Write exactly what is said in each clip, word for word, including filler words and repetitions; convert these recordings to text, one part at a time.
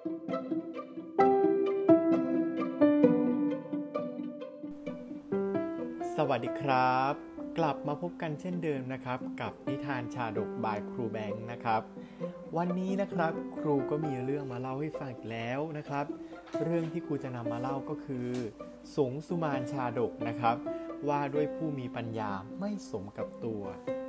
สวัสดีครับกลับมาพบกันเช่นเดิมนะครับกับนิทานชาดกบายครูแบงค์นะครับวันนี้นะครับครูก็มีเรื่องมาเล่าให้ฟังอีกแล้วนะครับเรื่องที่ครูจะนำมาเล่าก็คือสงสุมานชาดกนะครับว่าด้วยผู้มีปัญญาไม่สมกับตัว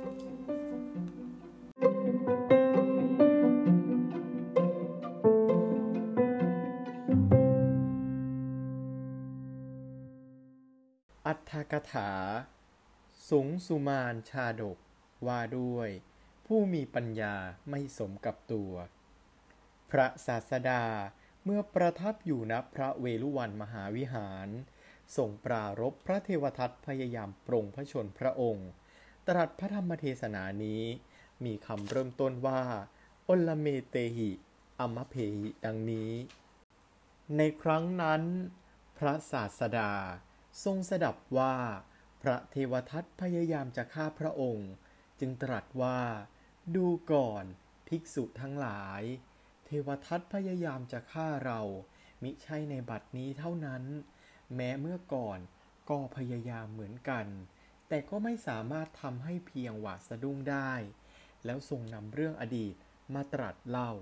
อรรถกถาสงสุมานชาดกว่าด้วยผู้มีปัญญาไม่สมกับตัวพระศาสดาเมื่อประทับอยู่ณพระเวฬุวันมหาวิหารทรงปรารภพระเทวทัตพยายามปรงพระชนพระองค์ตรัสพระธรรมเทศนานี้มีคำเริ่มต้นว่าอลเมเตหิอัมมเพหิดังนี้ในครั้งนั้นพระศาสดาทรงสดับว่าพระเทวทัตพยายามจะฆ่าพระองค์จึงตรัสว่าดูก่อนภิกษุทั้งหลายเทวทัตพยายามจะฆ่าเรามิใช่ในบัดนี้เท่านั้นแม้เมื่อก่อนก็พยายามเหมือนกันแต่ก็ไม่สามารถทำให้เพียงหวาดสะดุ้งได้แล้วทรงนำเรื่องอดีตมาตรัสเล่า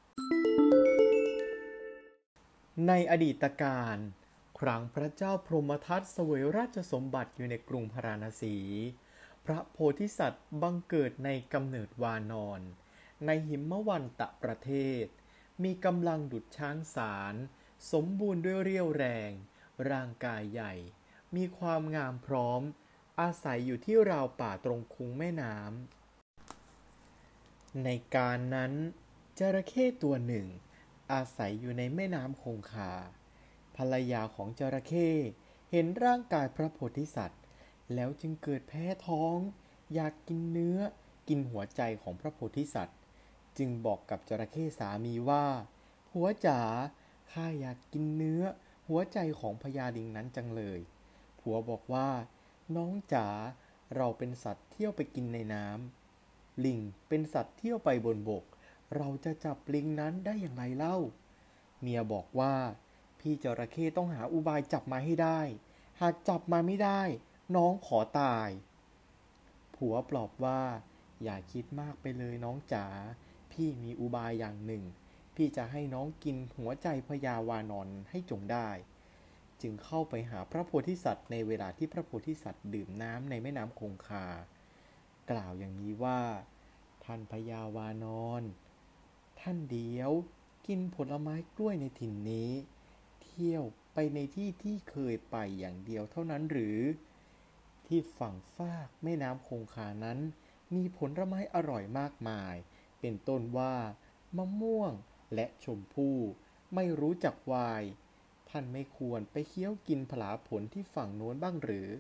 ในอดีตการครั้งพระเจ้าพรหมทัตเสวยราชสมบัติอยู่ในกรุงพาราณสีพระโพธิสัตว์บังเกิดในกำเนิดวานอนในหิมวันตประเทศมีกำลังดุจช้างสารสมบูรณ์ด้วยเรี่ยวแรงร่างกายใหญ่มีความงามพร้อมอาศัยอยู่ที่ราวป่าตรงคุ้งแม่น้ำในการนั้นจระเข้ตัวหนึ่งอาศัยอยู่ในแม่น้ำคงคาภรรยาของจระเข้เห็นร่างกายพระโพธิสัตว์แล้วจึงเกิดแพ้ท้องอยากกินเนื้อกินหัวใจของพระโพธิสัตว์จึงบอกกับจระเข้สามีว่าผัวจ๋าข้าอยากกินเนื้อหัวใจของพญาลิงนั้นจังเลยผัวบอกว่าน้องจ๋าเราเป็นสัตว์เที่ยวไปกินในน้ำลิงเป็นสัตว์เที่ยวไปบนบกเราจะจับลิงนั้นได้อย่างไรเล่าเมียบอกว่าพี่จระเข้ต้องหาอุบายจับมาให้ได้หากจับมาไม่ได้น้องขอตายผัวปลอบว่าอย่าคิดมากไปเลยน้องจ๋าพี่มีอุบายอย่างหนึ่งพี่จะให้น้องกินหัวใจพญาวานอนให้จงได้จึงเข้าไปหาพระโพธิสัตว์ในเวลาที่พระโพธิสัตว์ดื่มน้ำในแม่น้ำคงคากล่าวอย่างนี้ว่าท่านพญาวานอนท่านเดียวกินผลไม้กล้วยในถิ่นนี้เที่ยวไปในที่ที่เคยไปอย่างเดียวเท่านั้นหรือที่ฝั่งฟากแม่น้ำคงคานั้นมีผลไม้อร่อยมากมายเป็นต้นว่ามะม่วงและชมพู่ไม่รู้จักวายท่านไม่ควรไปเคี้ยวกินผลาผลที่ฝั่งโน้นบ้างหรือ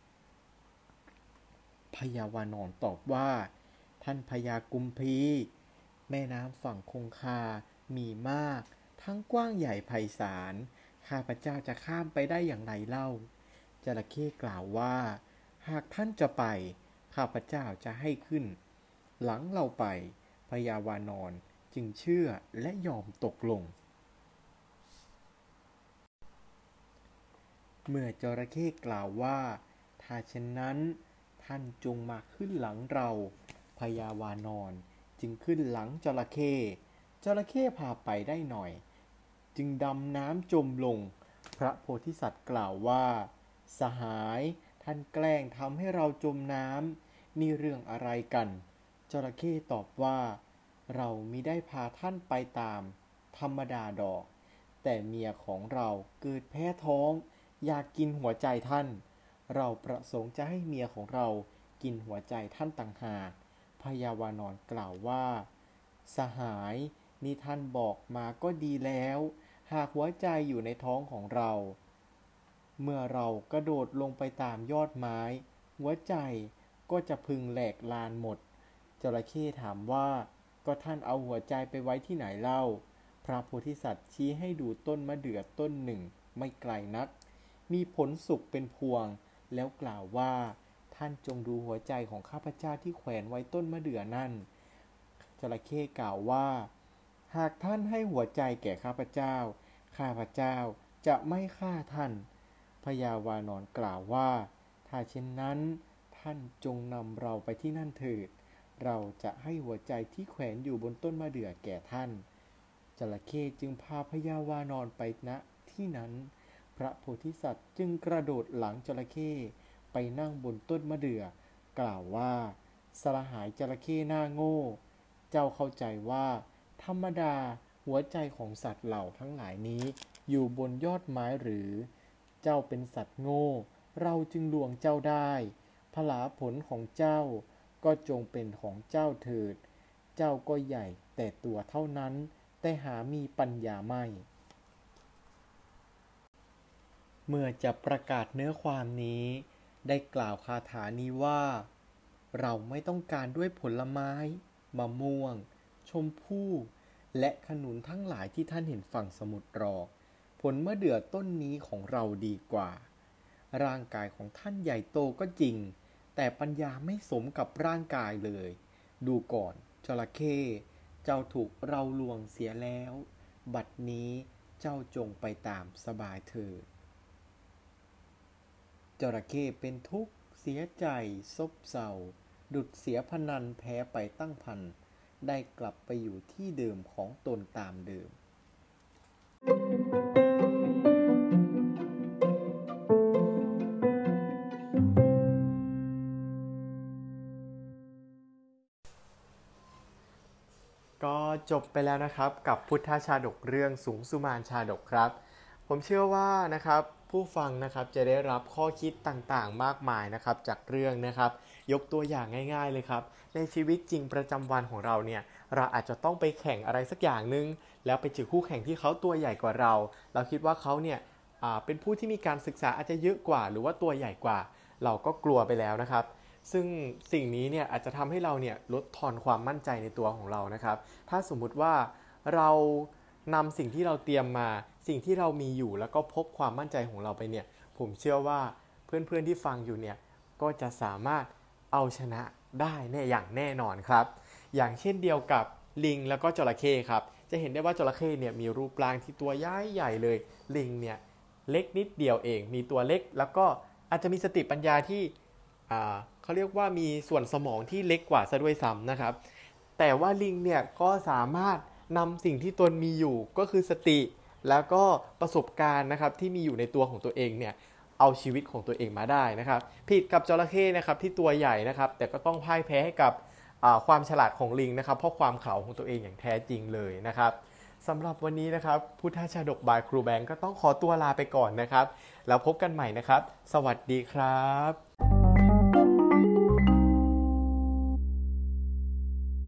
พญาวานอนตอบว่าท่านพญากุมพีแม่น้ำฝั่งคงคามีมากทั้งกว้างใหญ่ไพศาลข้าพเจ้าจะข้ามไปได้อย่างไรเล่าจระเข้กล่าวว่าหากท่านจะไปข้าพเจ้าจะให้ขึ้นหลังเราไปพญาวานอนจึงเชื่อและยอมตกลงเมื่อจระเข้กล่าวว่าถ้าเช่นนั้นท่านจงมาขึ้นหลังเราพญาวานอนจึงขึ้นหลังจระเข้จระเข้พาไปได้หน่อยจึงดำน้ำจมลงพระโพธิสัตว์กล่าวว่าสหายท่านแกล้งทำให้เราจมน้ำนี่เรื่องอะไรกันจระเข้ตอบว่าเรามิได้พาท่านไปตามธรรมดาดอกแต่เมียของเราเกิดแพ้ท้องอยากกินหัวใจท่านเราประสงค์จะให้เมียของเรากินหัวใจท่านต่างหากพญาวานอนกล่าวว่าสหายนี่ท่านบอกมาก็ดีแล้วหากหัวใจอยู่ในท้องของเราเมื่อเรากระโดดลงไปตามยอดไม้หัวใจก็จะพึงแหลกลานหมดจระเข้ถามว่าก็ท่านเอาหัวใจไปไว้ที่ไหนเล่าพระโพธิสัตว์ชี้ให้ดูต้นมะเดื่อต้นหนึ่งไม่ไกลนักมีผลสุกเป็นพวงแล้วกล่าวว่าท่านจงดูหัวใจของข้าพเจ้าที่แขวนไว้ต้นมะเดื่อนั่นจระเข้กล่าวว่าหากท่านให้หัวใจแก่ข้าพเจ้าข้าพเจ้าจะไม่ฆ่าท่านพญาวานอนกล่าวว่าถ้าเช่นนั้นท่านจงนำเราไปที่นั่นเถิดเราจะให้หัวใจที่แขวนอยู่บนต้นมะเดื่อแก่ท่านจระเข้จึงพาพญาวานอนไปณที่นั้นพระโพธิสัตว์จึงกระโดดหลังจระเข้ไปนั่งบนต้นมะเดื่อกล่าวว่าสหายจระเข้หน้าโง่เจ้าเข้าใจว่าธรรมดาหัวใจของสัตว์เหล่าทั้งหลายนี้อยู่บนยอดไม้หรือเจ้าเป็นสัตว์โง่เราจึงลวงเจ้าได้พลาผลของเจ้าก็จงเป็นของเจ้าเถิดเจ้าก็ใหญ่แต่ตัวเท่านั้นแต่หามีปัญญาไม่เมื่อจะประกาศเนื้อความนี้ได้กล่าวคาถานี้ว่าเราไม่ต้องการด้วยผลไม้มะม่วงชมพู่และขนุนทั้งหลายที่ท่านเห็นฝั่งสมุทรหรอกผลมะเดื่อต้นนี้ของเราดีกว่าร่างกายของท่านใหญ่โตก็จริงแต่ปัญญาไม่สมกับร่างกายเลยดูก่อนจระเข้เจ้าถูกเราลวงเสียแล้วบัดนี้เจ้าจงไปตามสบายเถิดจระเข้เป็นทุกข์เสียใจซบเซาดุจเสียพนันแพ้ไปตั้งพันได้กลับไปอยู่ที่เดิมของตนตามเดิมก็จบไปแล้วนะครับกับพุทธชาดกเรื่องสูงสุมานชาดกครับผมเชื่อว่านะครับผู้ฟังนะครับจะได้รับข้อคิดต่างๆมากมายนะครับจากเรื่องนะครับยกตัวอย่างง่ายๆเลยครับในชีวิตจริงประจำวันของเราเนี่ยเราอาจจะต้องไปแข่งอะไรสักอย่างนึงแล้วไปเจอคู่แข่งที่เขาตัวใหญ่กว่าเราเราคิดว่าเขาเนี่ยเป็นผู้ที่มีการศึกษาอาจจะเยอะกว่าหรือว่าตัวใหญ่กว่าเราก็กลัวไปแล้วนะครับซึ่งสิ่งนี้เนี่ยอาจจะทำให้เราเนี่ยลดทอนความมั่นใจในตัวของเรานะครับถ้าสมมุติว่าเรานำสิ่งที่เราเตรียมมาสิ่งที่เรามีอยู่แล้วก็พกความมั่นใจของเราไปเนี่ยผมเชื่อว่าเพื่อนๆที่ฟังอยู่เนี่ยก็จะสามารถเอาชนะได้แน่อย่างแน่นอนครับอย่างเช่นเดียวกับลิงแล้วก็จระเข้ครับจะเห็นได้ว่าจระเข้เนี่ยมีรูปร่างที่ตัวใหญ่ใหญ่เลยลิงเนี่ยเล็กนิดเดียวเองมีตัวเล็กแล้วก็อาจจะมีสติปัญญาที่เขาเรียกว่ามีส่วนสมองที่เล็กกว่าซะด้วยซ้ำนะครับแต่ว่าลิงเนี่ยก็สามารถนำสิ่งที่ตนมีอยู่ก็คือสติแล้วก็ประสบการณ์นะครับที่มีอยู่ในตัวของตัวเองเนี่ยเอาชีวิตของตัวเองมาได้นะครับผิดกับจระเข้นะครับที่ตัวใหญ่นะครับแต่ก็ต้องพ่ายแพ้ให้กับความฉลาดของลิงนะครับเพราะความเขลาของตัวเองอย่างแท้จริงเลยนะครับสำหรับวันนี้นะครับพุทธชาดกบายครูแบงก์ก็ต้องขอตัวลาไปก่อนนะครับแล้วพบกันใหม่นะครับสวัสดีครับ